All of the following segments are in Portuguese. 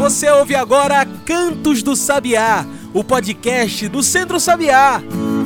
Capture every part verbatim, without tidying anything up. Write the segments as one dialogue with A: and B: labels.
A: Você ouve agora Cantos do Sabiá, o podcast do Centro Sabiá.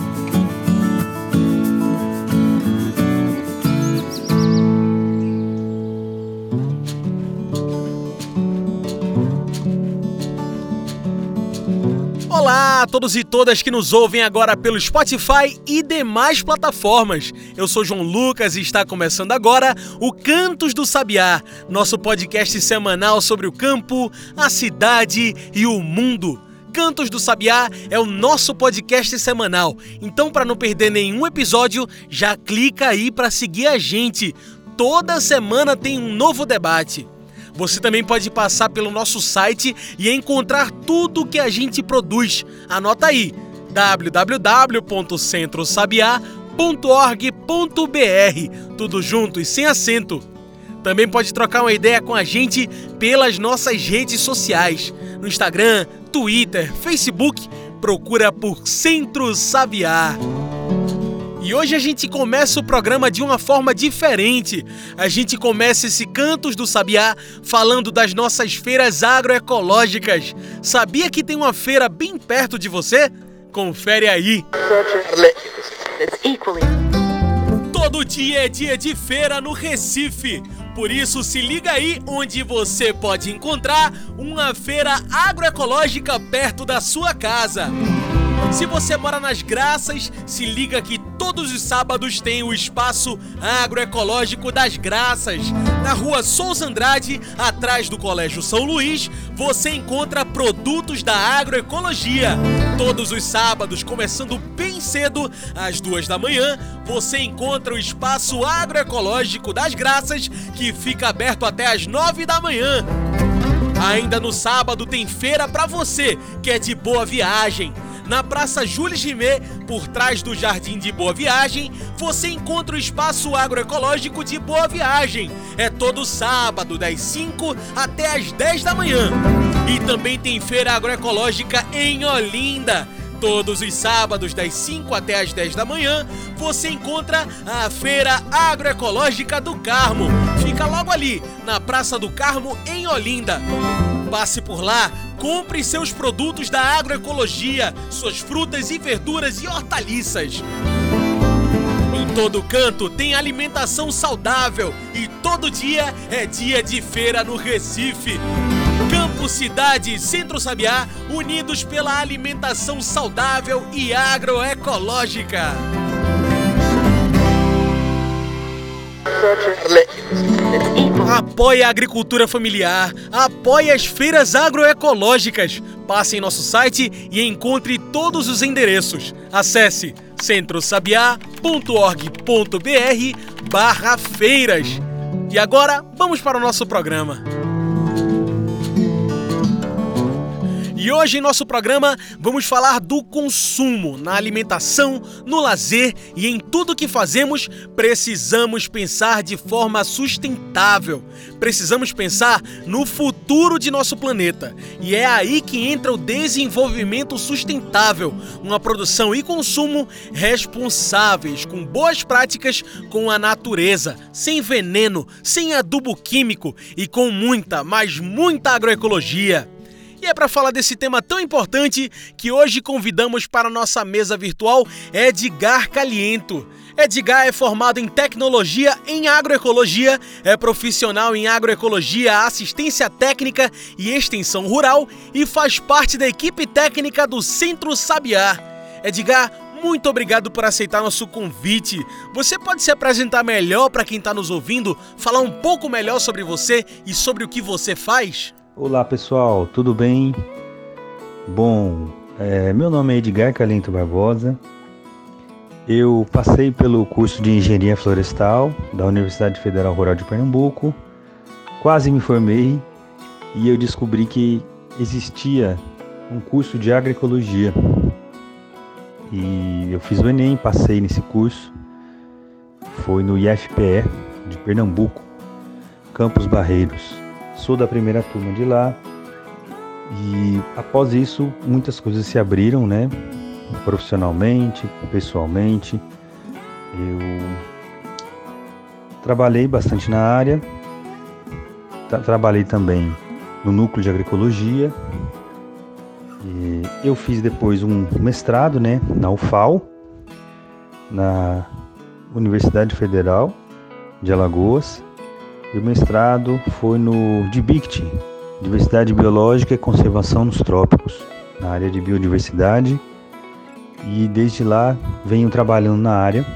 A: Olá a todos e todas que nos ouvem agora pelo Spotify e demais plataformas. Eu sou João Lucas e está começando agora o Cantos do Sabiá, nosso podcast semanal sobre o campo, a cidade e o mundo. Cantos do Sabiá é o nosso podcast semanal, então para não perder nenhum episódio, já clica aí para seguir a gente. Toda semana tem um novo debate. Você também pode passar pelo nosso site e encontrar tudo que a gente produz. Anota aí, w w w ponto centro sabiá ponto org ponto b r, tudo junto e sem acento. Também pode trocar uma ideia com a gente pelas nossas redes sociais. No Instagram, Twitter, Facebook, procura por Centro Sabiá. E hoje a gente começa o programa de uma forma diferente. A gente começa esse Cantos do Sabiá falando das nossas feiras agroecológicas. Sabia que tem uma feira bem perto de você? Confere aí. Todo dia é dia de feira no Recife. Por isso, se liga aí onde você pode encontrar uma feira agroecológica perto da sua casa. Se você mora nas Graças, se liga que todos os sábados tem o Espaço Agroecológico das Graças. Na rua Souza Andrade, atrás do Colégio São Luís, você encontra produtos da agroecologia. Todos os sábados, começando bem cedo, às duas da manhã, você encontra o Espaço Agroecológico das Graças, que fica aberto até às nove da manhã. Ainda no sábado tem feira para você, que é de Boa Viagem. Na Praça Jules Rimet, por trás do Jardim de Boa Viagem, você encontra o Espaço Agroecológico de Boa Viagem. É todo sábado, das cinco até as dez da manhã. E também tem feira agroecológica em Olinda. Todos os sábados, das cinco até as dez da manhã, você encontra a Feira Agroecológica do Carmo. Fica logo ali, na Praça do Carmo, em Olinda. Passe por lá, compre seus produtos da agroecologia, suas frutas e verduras e hortaliças. Em todo canto tem alimentação saudável e todo dia é dia de feira no Recife. Campo, cidade e Centro Sabiá, unidos pela alimentação saudável e agroecológica. Apoie a agricultura familiar, apoie as feiras agroecológicas. Passe em nosso site e encontre todos os endereços. Acesse centro sabiá ponto org ponto b r barra feiras. E agora, vamos para o nosso programa. E hoje em nosso programa vamos falar do consumo. Na alimentação, no lazer e em tudo que fazemos, precisamos pensar de forma sustentável. Precisamos pensar no futuro de nosso planeta. E é aí que entra o desenvolvimento sustentável, uma produção e consumo responsáveis, com boas práticas com a natureza, sem veneno, sem adubo químico e com muita, mas muita agroecologia. E é para falar desse tema tão importante que hoje convidamos para a nossa mesa virtual Edgar Caliento. Edgar é formado em tecnologia em agroecologia, é profissional em agroecologia, assistência técnica e extensão rural e faz parte da equipe técnica do Centro Sabiá. Edgar, muito obrigado por aceitar nosso convite. Você pode se apresentar melhor para quem está nos ouvindo, falar um pouco melhor sobre você e sobre o que você faz?
B: Olá pessoal, tudo bem? Bom, é, meu nome é Edgar Caliento Barbosa. Eu passei pelo curso de Engenharia Florestal da Universidade Federal Rural de Pernambuco, quase me formei e eu descobri que existia um curso de agroecologia. E eu fiz o Enem, passei nesse curso, foi no I F P E de Pernambuco, Campos Barreiros. Sou da primeira turma de lá e após isso muitas coisas se abriram, né? Profissionalmente, pessoalmente. Eu trabalhei bastante na área, tra- trabalhei também no núcleo de agroecologia. E eu fiz depois um mestrado, né, na U F A L, na Universidade Federal de Alagoas. E o mestrado foi no D B I C T, Diversidade Biológica e Conservação nos Trópicos, na área de biodiversidade. E desde lá venho trabalhando na área,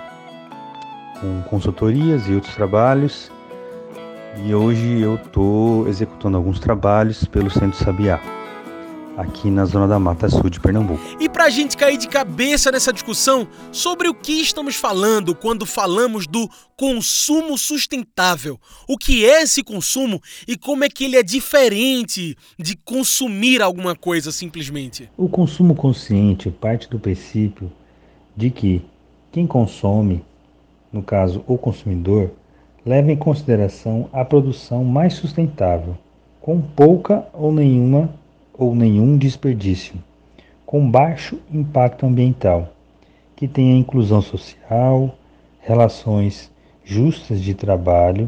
B: com consultorias e outros trabalhos. E hoje eu estou executando alguns trabalhos pelo Centro Sabiá, aqui na zona da Mata Sul de Pernambuco.
A: E pra gente cair de cabeça nessa discussão sobre o que estamos falando quando falamos do consumo sustentável, o que é esse consumo e como é que ele é diferente de consumir alguma coisa simplesmente?
B: O consumo consciente parte do princípio de que quem consome, no caso o consumidor, leva em consideração a produção mais sustentável, com pouca ou nenhuma ou nenhum desperdício, com baixo impacto ambiental, que tenha inclusão social, relações justas de trabalho,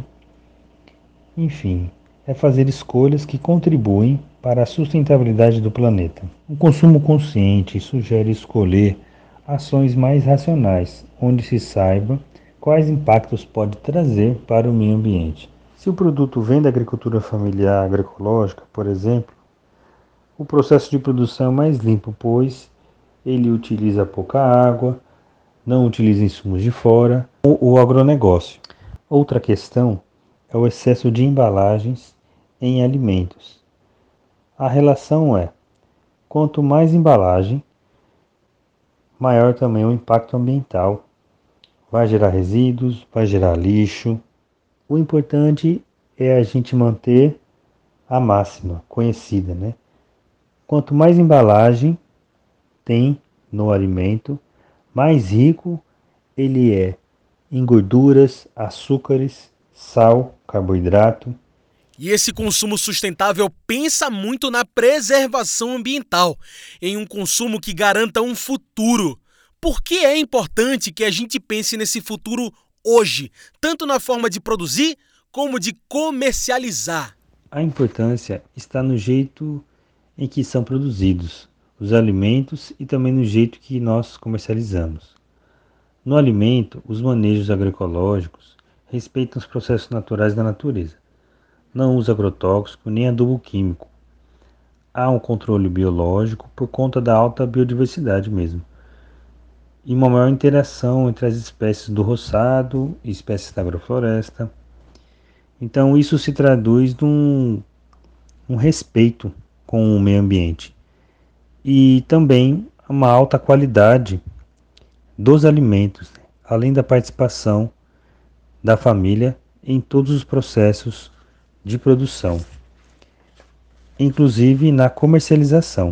B: enfim, é fazer escolhas que contribuem para a sustentabilidade do planeta. O consumo consciente sugere escolher ações mais racionais, onde se saiba quais impactos pode trazer para o meio ambiente. Se o produto vem da agricultura familiar agroecológica, por exemplo, o processo de produção é mais limpo, pois ele utiliza pouca água, não utiliza insumos de fora, ou o agronegócio. Outra questão é o excesso de embalagens em alimentos. A relação é, quanto mais embalagem, maior também o impacto ambiental. Vai gerar resíduos, vai gerar lixo. O importante é a gente manter a máxima conhecida, né? Quanto mais embalagem tem no alimento, mais rico ele é em gorduras, açúcares, sal, carboidrato.
A: E esse consumo sustentável pensa muito na preservação ambiental, em um consumo que garanta um futuro. Por que é importante que a gente pense nesse futuro hoje, tanto na forma de produzir como de comercializar?
B: A importância está no jeito em que são produzidos os alimentos e também no jeito que nós comercializamos. No alimento, os manejos agroecológicos respeitam os processos naturais da natureza. Não usa agrotóxico nem adubo químico. Há um controle biológico por conta da alta biodiversidade mesmo, e uma maior interação entre as espécies do roçado e espécies da agrofloresta. Então isso se traduz num um respeito com o meio ambiente e também uma alta qualidade dos alimentos, além da participação da família em todos os processos de produção, inclusive na comercialização.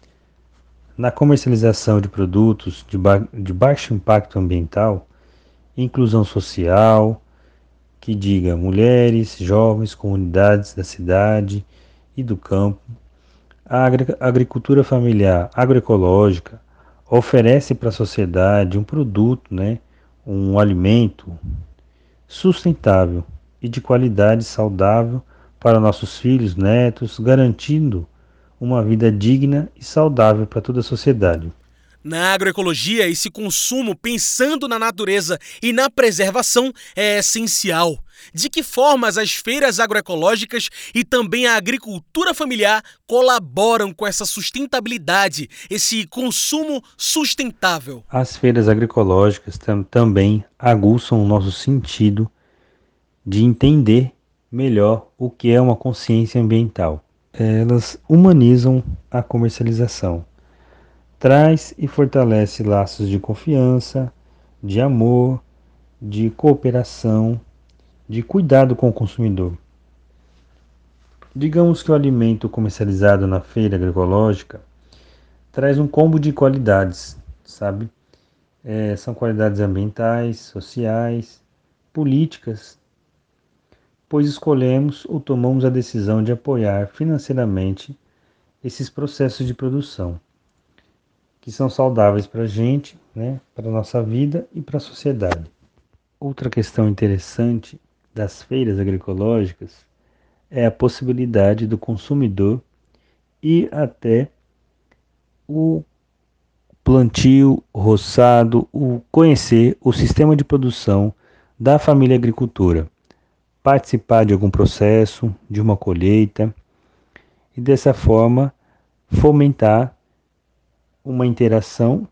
B: Na comercialização de produtos de, ba- de baixo impacto ambiental, inclusão social, que diga mulheres, jovens, comunidades da cidade e do campo. A agri- agricultura familiar agroecológica oferece para a sociedade um produto, né, um alimento sustentável e de qualidade saudável para nossos filhos, netos, garantindo uma vida digna e saudável para toda a sociedade.
A: Na agroecologia, esse consumo pensando na natureza e na preservação é essencial. De que formas as feiras agroecológicas e também a agricultura familiar colaboram com essa sustentabilidade, esse consumo sustentável?
B: As feiras agroecológicas tam- também aguçam o nosso sentido de entender melhor o que é uma consciência ambiental. Elas humanizam a comercialização. Traz e fortalece laços de confiança, de amor, de cooperação, de cuidado com o consumidor. Digamos que o alimento comercializado na feira agroecológica traz um combo de qualidades, sabe? É, são qualidades ambientais, sociais, políticas, pois escolhemos ou tomamos a decisão de apoiar financeiramente esses processos de produção, que são saudáveis para a gente, né, para a nossa vida e para a sociedade. Outra questão interessante das feiras agroecológicas é a possibilidade do consumidor ir até o plantio, roçado, o conhecer o sistema de produção da família agricultora, participar de algum processo, de uma colheita, e dessa forma fomentar uma interação,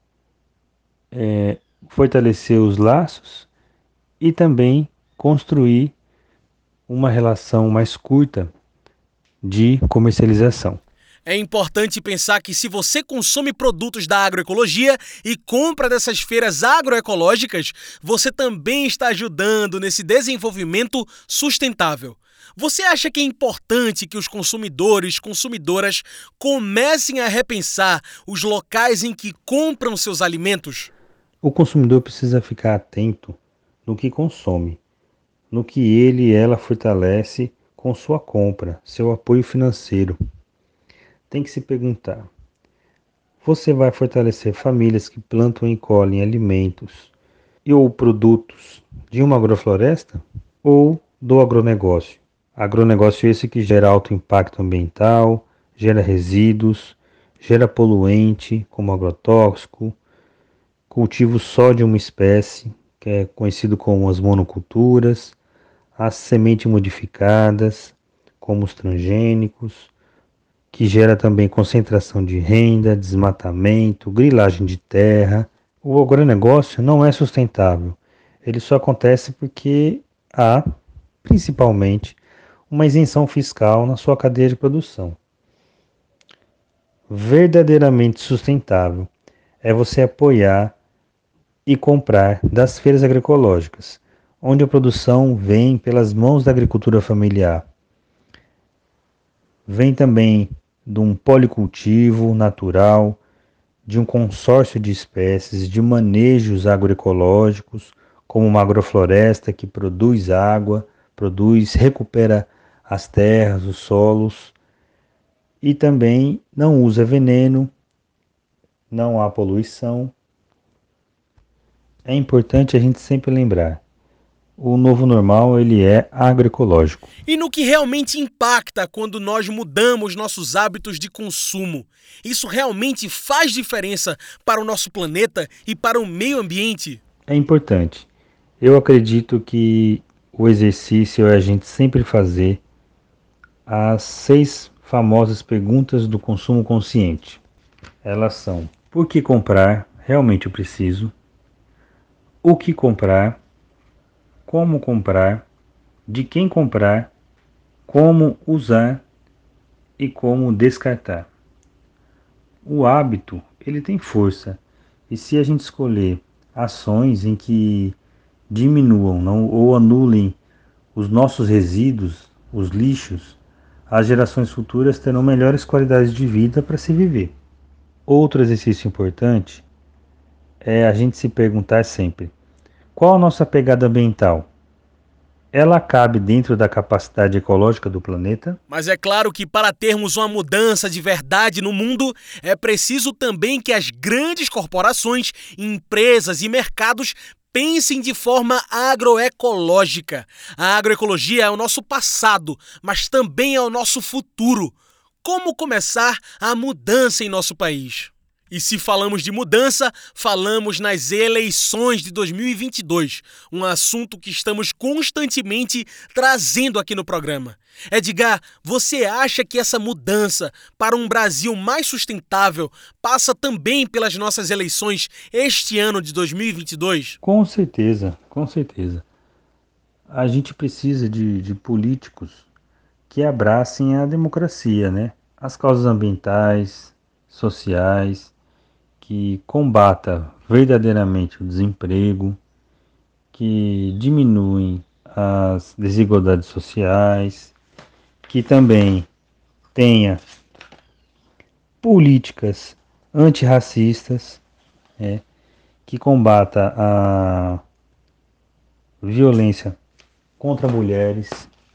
B: é, fortalecer os laços e também construir uma relação mais curta de comercialização.
A: É importante pensar que se você consome produtos da agroecologia e compra dessas feiras agroecológicas, você também está ajudando nesse desenvolvimento sustentável. Você acha que é importante que os consumidores, consumidoras comecem a repensar os locais em que compram seus alimentos?
B: O consumidor precisa ficar atento no que consome, no que ele e ela fortalece com sua compra, seu apoio financeiro. Tem que se perguntar: você vai fortalecer famílias que plantam e colhem alimentos e ou produtos de uma agrofloresta ou do agronegócio? Agronegócio esse que gera alto impacto ambiental, gera resíduos, gera poluente como agrotóxico, cultivo só de uma espécie, que é conhecido como as monoculturas, as sementes modificadas, como os transgênicos, que gera também concentração de renda, desmatamento, grilagem de terra. O agronegócio não é sustentável. Ele só acontece porque há, principalmente, uma isenção fiscal na sua cadeia de produção. Verdadeiramente sustentável é você apoiar e comprar das feiras agroecológicas, onde a produção vem pelas mãos da agricultura familiar. Vem também de um policultivo natural, de um consórcio de espécies, de manejos agroecológicos, como uma agrofloresta que produz água, produz, recupera as terras, os solos, e também não usa veneno, não há poluição. É importante a gente sempre lembrar: o novo normal ele é agroecológico.
A: E no que realmente impacta quando nós mudamos nossos hábitos de consumo? Isso realmente faz diferença para o nosso planeta e para o meio ambiente?
B: É importante. Eu acredito que o exercício é a gente sempre fazer as seis famosas perguntas do consumo consciente. Elas são: por que comprar? Realmente eu preciso? O que comprar? Como comprar? De quem comprar? Como usar? E como descartar? O hábito, ele tem força. E se a gente escolher ações em que diminuam não, ou anulem os nossos resíduos, os lixos, as gerações futuras terão melhores qualidades de vida para se viver. Outro exercício importante é a gente se perguntar sempre: qual a nossa pegada ambiental? Ela cabe dentro da capacidade ecológica do planeta?
A: Mas é claro que para termos uma mudança de verdade no mundo, é preciso também que as grandes corporações, empresas e mercados pensem de forma agroecológica. A agroecologia é o nosso passado, mas também é o nosso futuro. Como começar a mudança em nosso país? E se falamos de mudança, falamos nas eleições de dois mil e vinte e dois, um assunto que estamos constantemente trazendo aqui no programa. Edgar, você acha que essa mudança para um Brasil mais sustentável passa também pelas nossas eleições este ano de dois mil e vinte e dois?
B: Com certeza, com certeza. A gente precisa de, de políticos que abracem a democracia, né? As causas ambientais, sociais, que combata verdadeiramente o desemprego, que diminuem as desigualdades sociais, que também tenha políticas antirracistas, né, que combata a violência contra mulheres,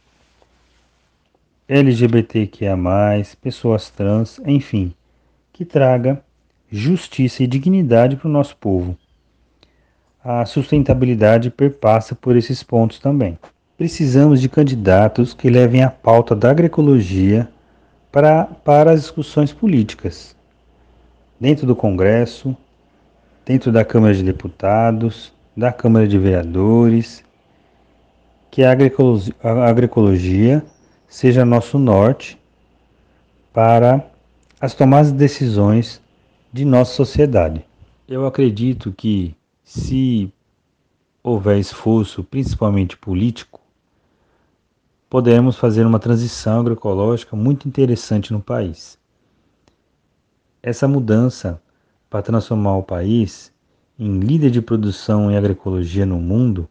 B: L G B T Q I A mais, pessoas trans, enfim, que traga justiça e dignidade para o nosso povo. A sustentabilidade perpassa por esses pontos também. precisamos de candidatos que levem a pauta da agroecologia para, para as discussões políticas, dentro do Congresso, dentro da Câmara de Deputados, da Câmara de Vereadores, que a agroecologia, a agroecologia seja nosso norte para as tomadas de decisões de nossa sociedade. Eu acredito que, se houver esforço, principalmente político, poderemos fazer uma transição agroecológica muito interessante no país. Essa mudança para transformar o país em líder de produção em agroecologia no mundo,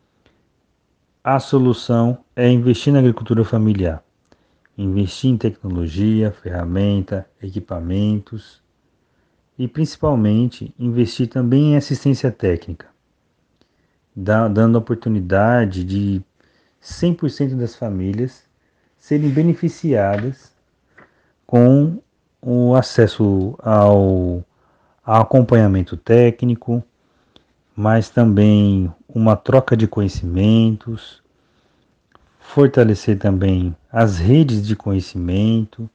B: a solução é investir na agricultura familiar, investir em tecnologia, ferramenta, equipamentos e principalmente investir também em assistência técnica, dando a oportunidade de cem por cento das famílias serem beneficiadas com o acesso ao, ao acompanhamento técnico, mas também uma troca de conhecimentos, fortalecer também as redes de conhecimento,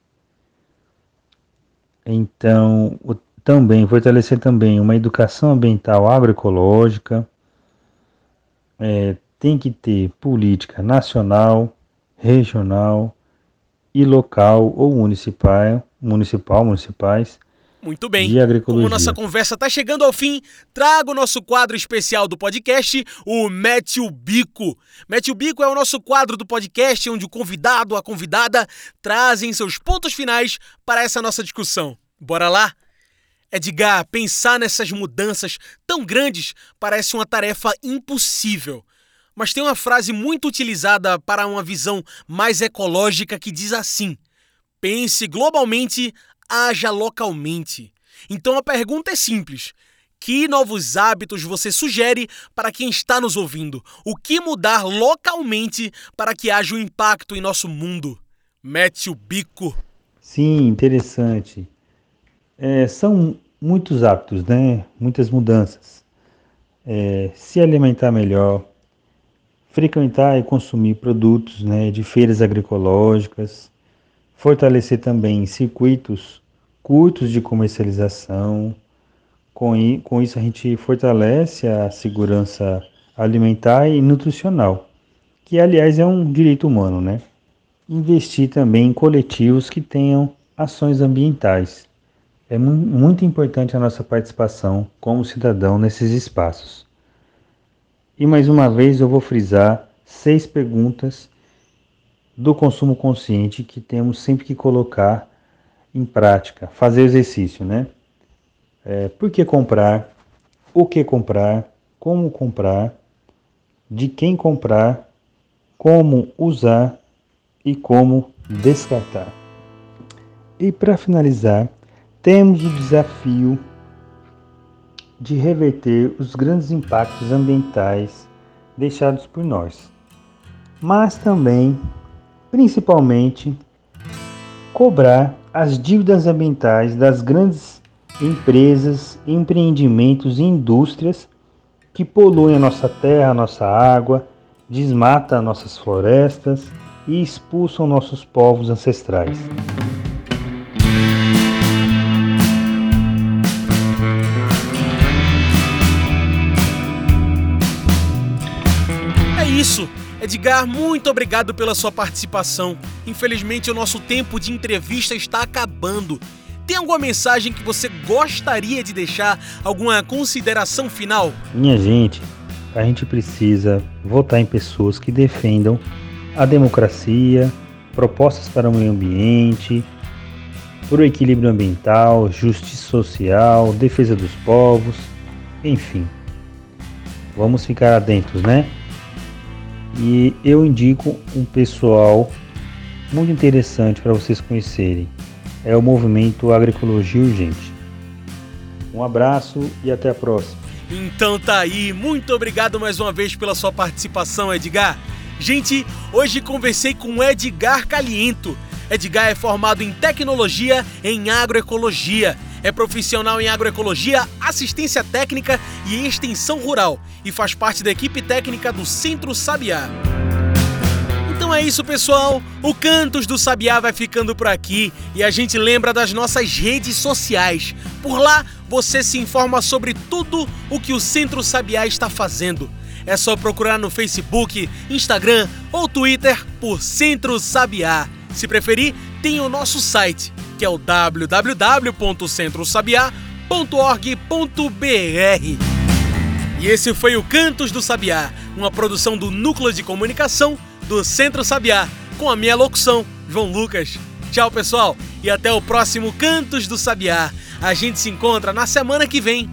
B: então o, também fortalecer também uma educação ambiental agroecológica. É, tem que ter política nacional, regional e local ou municipal, municipal, municipais.
A: Muito bem,
B: de agroecologia.
A: Como nossa conversa está chegando ao fim, trago o nosso quadro especial do podcast, o Mete o Bico. Mete o Bico é o nosso quadro do podcast onde o convidado, a convidada, trazem seus pontos finais para essa nossa discussão. Bora lá? Edgar, pensar nessas mudanças tão grandes parece uma tarefa impossível. Mas tem uma frase muito utilizada para uma visão mais ecológica que diz assim: pense globalmente, haja localmente. Então a pergunta é simples: que novos hábitos você sugere para quem está nos ouvindo? O que mudar localmente para que haja um impacto em nosso mundo? Mete o bico.
B: Sim, interessante. É, são muitos hábitos, né? Muitas mudanças. É, se alimentar melhor, frequentar e consumir produtos, né, de feiras agroecológicas, fortalecer também circuitos curtos de comercialização. Com, i, com isso a gente fortalece a segurança alimentar e nutricional, que aliás é um direito humano, né? Investir também em coletivos que tenham ações ambientais. É mu- muito importante a nossa participação como cidadão nesses espaços. E mais uma vez eu vou frisar seis perguntas do consumo consciente que temos sempre que colocar em prática, fazer exercício, né? É, por que comprar? O que comprar? Como comprar? De quem comprar? Como usar? E como descartar? E para finalizar, temos o desafio de reverter os grandes impactos ambientais deixados por nós, mas também, principalmente, cobrar as dívidas ambientais das grandes empresas, empreendimentos e indústrias que poluem a nossa terra, a nossa água, desmatam nossas florestas e expulsam nossos povos ancestrais.
A: Isso, Edgar, muito obrigado pela sua participação. Infelizmente, o nosso tempo de entrevista está acabando. Tem alguma mensagem que você gostaria de deixar? Alguma consideração final?
B: Minha gente, a gente precisa votar em pessoas que defendam a democracia, propostas para o meio ambiente, por o equilíbrio ambiental, justiça social, defesa dos povos, enfim. Vamos ficar atentos, né? E eu indico um pessoal muito interessante para vocês conhecerem. É o movimento Agroecologia Urgente. Um abraço e até a próxima.
A: Então tá aí, muito obrigado mais uma vez pela sua participação, Edgar. Gente, hoje conversei com Edgar Caliento. Edgar é formado em tecnologia em agroecologia. É profissional em agroecologia, assistência técnica e extensão rural e faz parte da equipe técnica do Centro Sabiá. Então é isso, pessoal. O Cantos do Sabiá vai ficando por aqui e a gente lembra das nossas redes sociais. Por lá, você se informa sobre tudo o que o Centro Sabiá está fazendo. É só procurar no Facebook, Instagram ou Twitter por Centro Sabiá. Se preferir, tem o nosso site, que é o w w w ponto centro sabiá ponto org ponto b r. E esse foi o Cantos do Sabiá, uma produção do Núcleo de Comunicação do Centro Sabiá, com a minha locução, João Lucas. Tchau, pessoal, e até o próximo Cantos do Sabiá. A gente se encontra na semana que vem.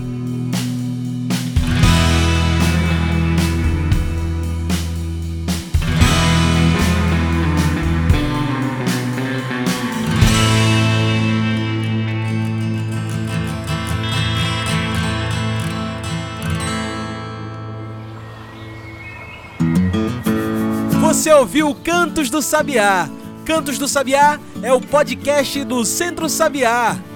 A: Você ouviu Cantos do Sabiá. Cantos do Sabiá é o podcast do Centro Sabiá.